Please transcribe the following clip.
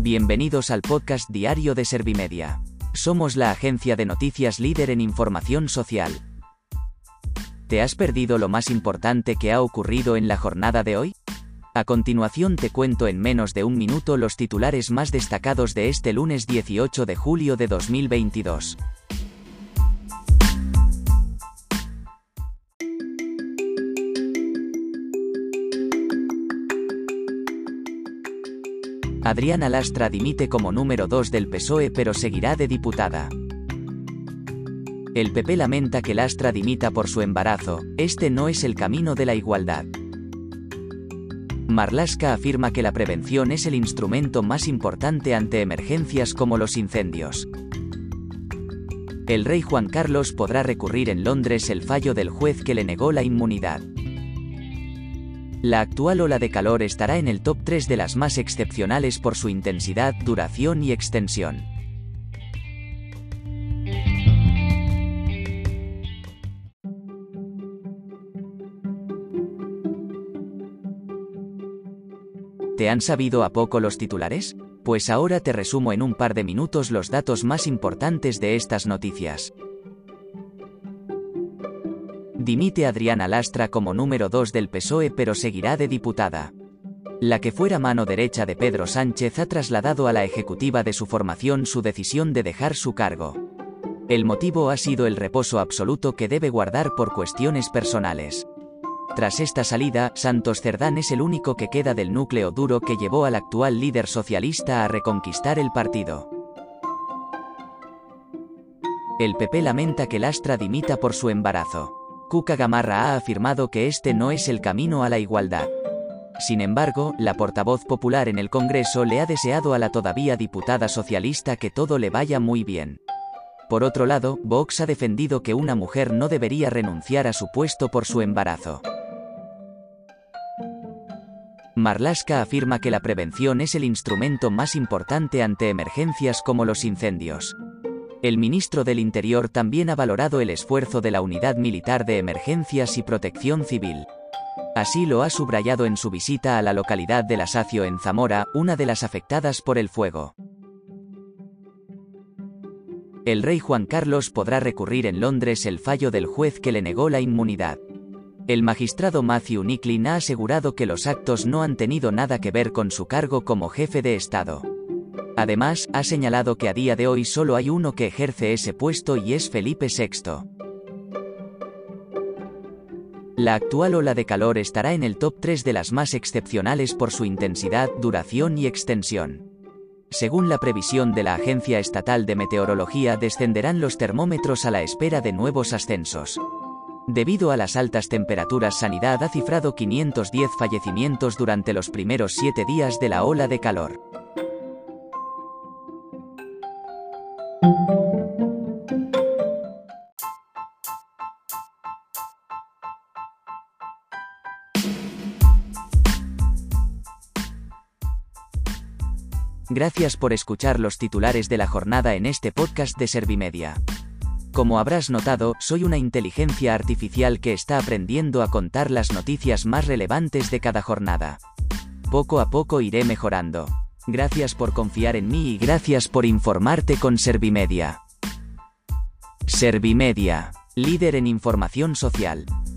Bienvenidos al podcast diario de Servimedia. Somos la agencia de noticias líder en información social. ¿Te has perdido lo más importante que ha ocurrido en la jornada de hoy? A continuación te cuento en menos de un minuto los titulares más destacados de este lunes 18 de julio de 2022. Adriana Lastra dimite como número 2 del PSOE pero seguirá de diputada. El PP lamenta que Lastra dimita por su embarazo, este no es el camino de la igualdad. Marlaska afirma que la prevención es el instrumento más importante ante emergencias como los incendios. El rey Juan Carlos podrá recurrir en Londres el fallo del juez que le negó la inmunidad. La actual ola de calor estará en el top 3 de las más excepcionales por su intensidad, duración y extensión. ¿Te han sabido a poco los titulares? Pues ahora te resumo en un par de minutos los datos más importantes de estas noticias. Dimite Adriana Lastra como número 2 del PSOE pero seguirá de diputada. La que fuera mano derecha de Pedro Sánchez ha trasladado a la ejecutiva de su formación su decisión de dejar su cargo. El motivo ha sido el reposo absoluto que debe guardar por cuestiones personales. Tras esta salida, Santos Cerdán es el único que queda del núcleo duro que llevó al actual líder socialista a reconquistar el partido. El PP lamenta que Lastra dimita por su embarazo. Cuca Gamarra ha afirmado que este no es el camino a la igualdad. Sin embargo, la portavoz popular en el Congreso le ha deseado a la todavía diputada socialista que todo le vaya muy bien. Por otro lado, Vox ha defendido que una mujer no debería renunciar a su puesto por su embarazo. Marlaska afirma que la prevención es el instrumento más importante ante emergencias como los incendios. El ministro del Interior también ha valorado el esfuerzo de la Unidad Militar de Emergencias y Protección Civil. Así lo ha subrayado en su visita a la localidad de Lasacio en Zamora, una de las afectadas por el fuego. El rey Juan Carlos podrá recurrir en Londres el fallo del juez que le negó la inmunidad. El magistrado Matthew Nicklin ha asegurado que los actos no han tenido nada que ver con su cargo como jefe de Estado. Además, ha señalado que a día de hoy solo hay uno que ejerce ese puesto y es Felipe VI. La actual ola de calor estará en el top 3 de las más excepcionales por su intensidad, duración y extensión. Según la previsión de la Agencia Estatal de Meteorología, descenderán los termómetros a la espera de nuevos ascensos. Debido a las altas temperaturas, Sanidad ha cifrado 510 fallecimientos durante los primeros 7 días de la ola de calor. Gracias por escuchar los titulares de la jornada en este podcast de Servimedia. Como habrás notado, soy una inteligencia artificial que está aprendiendo a contar las noticias más relevantes de cada jornada. Poco a poco iré mejorando. Gracias por confiar en mí y gracias por informarte con Servimedia. Servimedia, líder en información social.